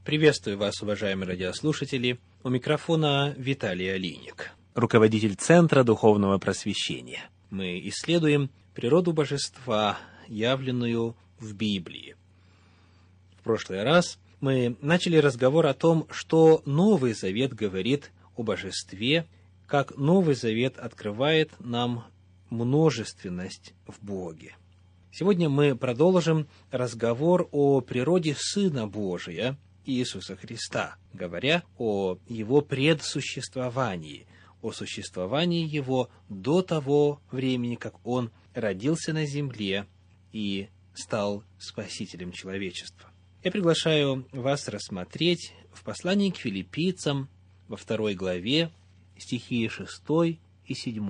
Приветствую вас, уважаемые радиослушатели. У микрофона Виталий Алиник, руководитель Центра Духовного Просвещения. Мы исследуем природу Божества, явленную в Библии. В прошлый раз мы начали разговор о том, что Новый Завет говорит о Божестве, как Новый Завет открывает нам множественность в Боге. Сегодня мы продолжим разговор о природе Сына Божия, Иисуса Христа, говоря о Его предсуществовании, о существовании Его до того времени, как Он родился на земле и стал Спасителем человечества. Я приглашаю вас рассмотреть в послании к Филиппийцам во 2 главе стихи 6 и 7.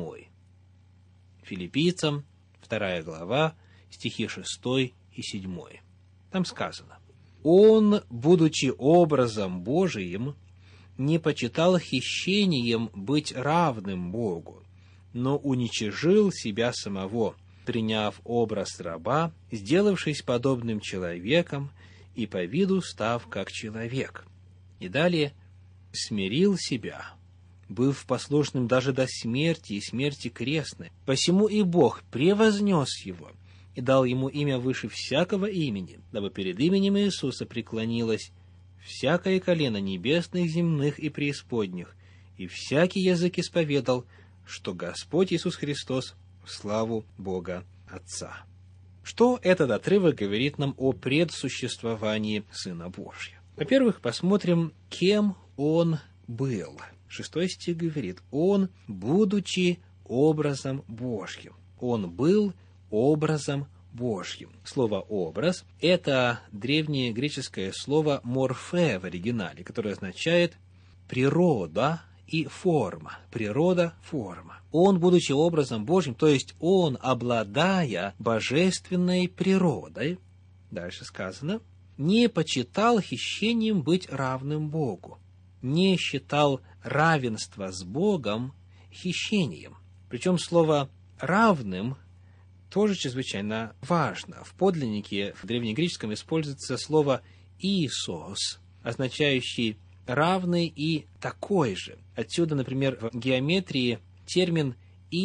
Филиппийцам, 2 глава, стихи 6 и 7. Там сказано: «Он, будучи образом Божиим, не почитал хищением быть равным Богу, но уничижил себя самого, приняв образ раба, сделавшись подобным человеком и по виду став как человек». И далее: «смирил себя, быв послушным даже до смерти и смерти крестной. Посему и Бог превознес его и дал ему имя выше всякого имени, дабы перед именем Иисуса преклонилось всякое колено небесных, земных и преисподних, и всякий язык исповедал, что Господь Иисус Христос в славу Бога Отца». Что этот отрывок говорит нам о предсуществовании Сына Божьего? Во-первых, посмотрим, кем Он был. 6 стих говорит: «Он, будучи образом Божьим». Он был образом Божьим. Слово «образ» — это древнее греческое слово «морфе» в оригинале, которое означает «природа» и «форма». Природа, форма. Он, будучи образом Божьим, то есть Он, обладая божественной природой, дальше сказано, не почитал хищением быть равным Богу, не считал равенство с Богом хищением. Причем слово «равным» тоже чрезвычайно важно. В подлиннике, в древнегреческом, используется слово «исос», означающий «равный» и «такой же». Отсюда, например, в геометрии термин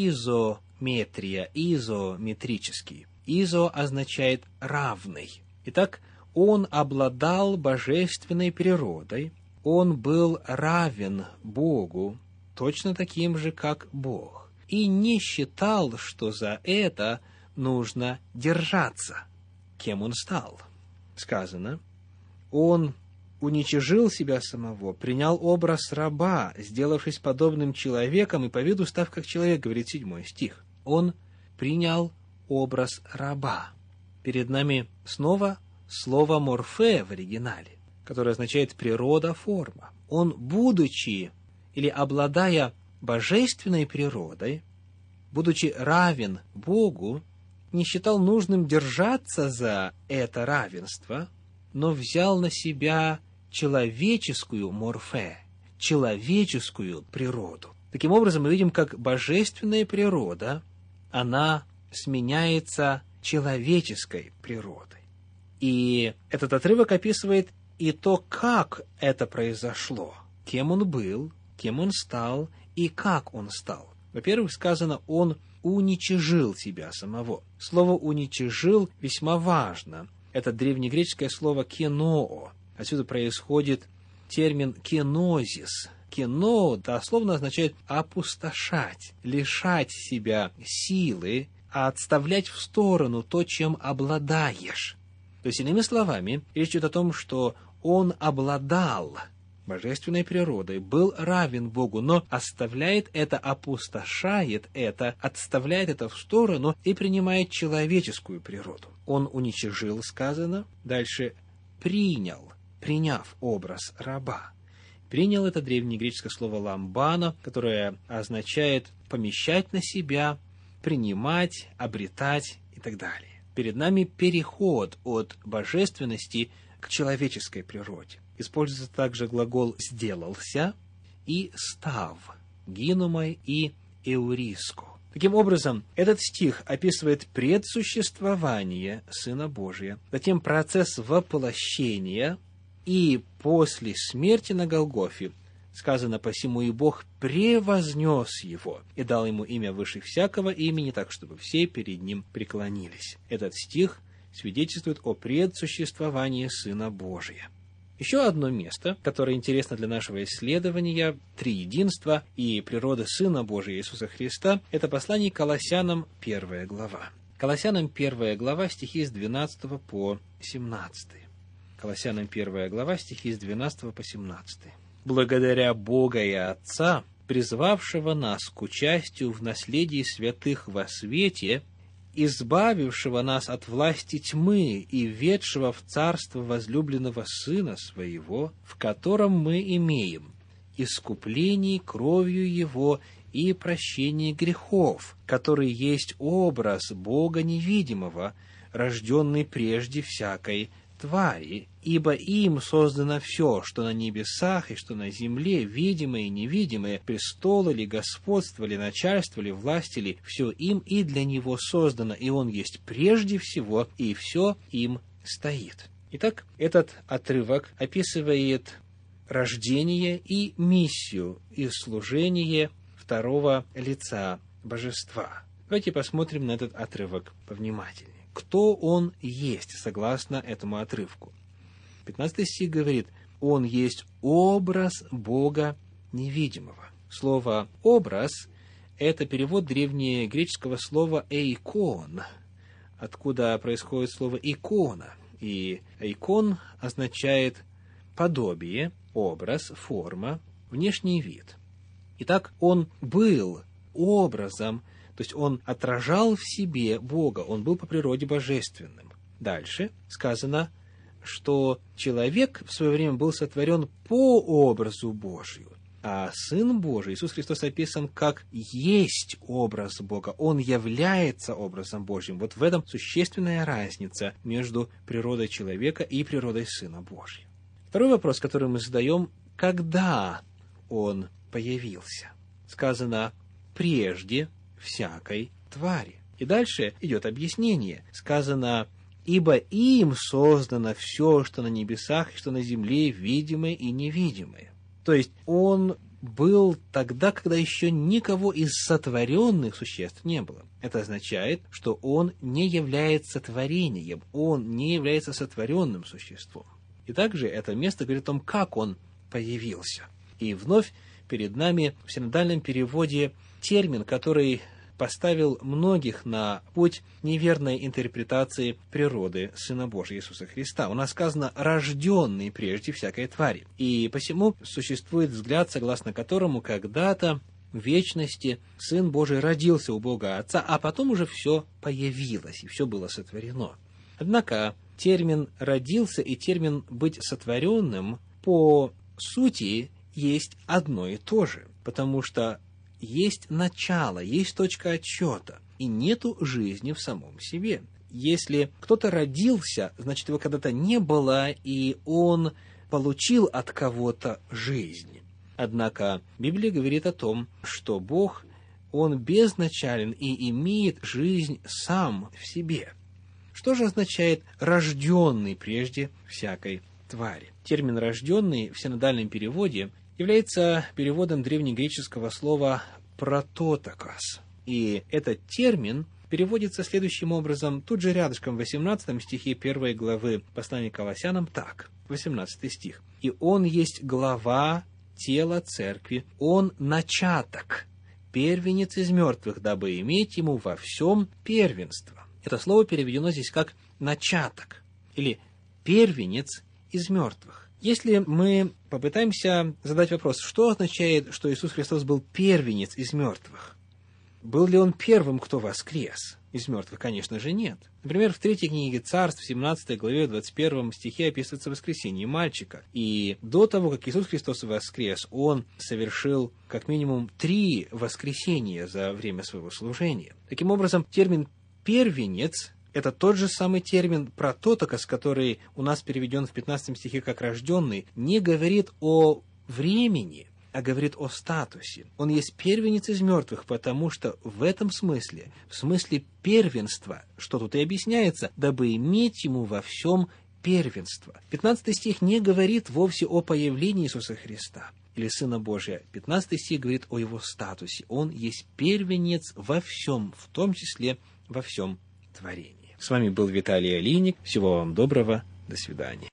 «изометрия», «изометрический». «Изо» означает «равный». Итак, он обладал божественной природой, он был равен Богу, точно таким же, как Бог, и не считал, что за это нужно держаться. Кем он стал? Сказано: он уничижил себя самого, принял образ раба, сделавшись подобным человеком и по виду став как человек, говорит 7 стих. Он принял образ раба. Перед нами снова слово «морфе» в оригинале, которое означает «природа, форма». Он, будучи или обладая божественной природой, будучи равен Богу, не считал нужным держаться за это равенство, но взял на себя человеческую морфе, человеческую природу. Таким образом, мы видим, как божественная природа, она сменяется человеческой природой. И этот отрывок описывает и то, как это произошло, кем он был, кем он стал и как он стал. Во-первых, сказано, он уничижил себя самого. Слово «уничижил» весьма важно. Это древнегреческое слово «кеноо». Отсюда происходит термин «кенозис». «Кено» дословно означает опустошать, лишать себя силы, а отставлять в сторону то, чем обладаешь. То есть, иными словами, речь идет о том, что он обладал божественной природой, был равен Богу, но оставляет это, опустошает это, отставляет это в сторону и принимает человеческую природу. Он уничижил, сказано, дальше приняв образ раба. Принял это древнегреческое слово «ламбано», которое означает помещать на себя, принимать, обретать и так далее. Перед нами переход от божественности к человеческой природе. Используется также глагол «сделался» и «став», «гинумой» и «эуриско». Таким образом, этот стих описывает предсуществование Сына Божия, затем процесс воплощения И после смерти на Голгофе сказано: «Посему и Бог превознес его и дал ему имя выше всякого имени, так, чтобы все перед ним преклонились». Этот стих свидетельствует о предсуществовании Сына Божия. Еще одно место, которое интересно для нашего исследования триединства и природы Сына Божия Иисуса Христа, это послание к Колоссянам, 1 глава. Колоссянам 1 глава, стихи с 12 по 17. Колоссянам 1 глава, стихи с 12 по 17. «Благодаря Бога и Отца, призвавшего нас к участию в наследии святых во свете, избавившего нас от власти тьмы и введшего в царство возлюбленного Сына Своего, в котором мы имеем искупление кровью Его и прощение грехов, который есть образ Бога невидимого, рожденный прежде всякой твари, ибо им создано все, что на небесах и что на земле, видимое и невидимое, престолы ли, господство ли, начальство ли, власти ли, все им и для него создано, и он есть прежде всего, и все им стоит». Итак, этот отрывок описывает рождение и миссию и служение второго лица Божества. Давайте посмотрим на этот отрывок повнимательнее. Кто он есть, согласно этому отрывку? 15 стих говорит: «Он есть образ Бога невидимого». Слово «образ» — это перевод древнегреческого слова «эйкон», откуда происходит слово «икона». И «эйкон» означает подобие, образ, форма, внешний вид. Итак, он был образом, то есть он отражал в себе Бога, он был по природе божественным. Дальше сказано, что человек в свое время был сотворен по образу Божию, а Сын Божий, Иисус Христос, описан как есть образ Бога, он является образом Божьим. Вот в этом существенная разница между природой человека и природой Сына Божьего. Второй вопрос, который мы задаем: когда он появился? Сказано: прежде всякой твари. И дальше идет объяснение. Сказано: ибо им создано все, что на небесах и что на земле, видимое и невидимое. То есть он был тогда, когда еще никого из сотворенных существ не было. Это означает, что он не является творением, он не является сотворенным существом. И также это место говорит о том, как он появился. И вновь перед нами в синодальном переводе термин, который поставил многих на путь неверной интерпретации природы Сына Божия Иисуса Христа. У нас сказано «рожденный прежде всякой твари». И посему существует взгляд, согласно которому когда-то в вечности Сын Божий родился у Бога Отца, а потом уже все появилось, и все было сотворено. Однако термин «родился» и термин «быть сотворенным» по сути есть одно и то же, потому что есть начало, есть точка отсчета, и нету жизни в самом себе. Если кто-то родился, значит, его когда-то не было, и он получил от кого-то жизнь. Однако Библия говорит о том, что Бог, Он безначален и имеет жизнь сам в себе. Что же означает «рожденный прежде всякой твари»? Термин «рожденный» в синодальном переводе является переводом древнегреческого слова «прототокос». И этот термин переводится следующим образом, тут же рядышком в 18 стихе 1 главы послания к Колоссянам так, 18 стих. «И он есть глава тела церкви, он начаток, первенец из мертвых, дабы иметь ему во всем первенство». Это слово переведено здесь как «начаток» или «первенец из мертвых». Если мы попытаемся задать вопрос, что означает, что Иисус Христос был первенец из мертвых? Был ли он первым, кто воскрес из мертвых? Конечно же, нет. Например, в 3 книге Царств, в 17 главе, 21 стихе описывается воскресение мальчика. И до того, как Иисус Христос воскрес, он совершил как минимум 3 воскресения за время своего служения. Таким образом, термин «первенец» — это тот же самый термин «прототокос», который у нас переведен в 15 стихе как «рожденный», не говорит о времени, а говорит о статусе. Он есть первенец из мертвых, потому что в этом смысле, в смысле первенства, что тут и объясняется, дабы иметь ему во всем первенство. 15 стих не говорит вовсе о появлении Иисуса Христа или Сына Божия. 15 стих говорит о Его статусе. Он есть первенец во всем, в том числе во всем творении. С вами был Виталий Алиник. Всего вам доброго. До свидания.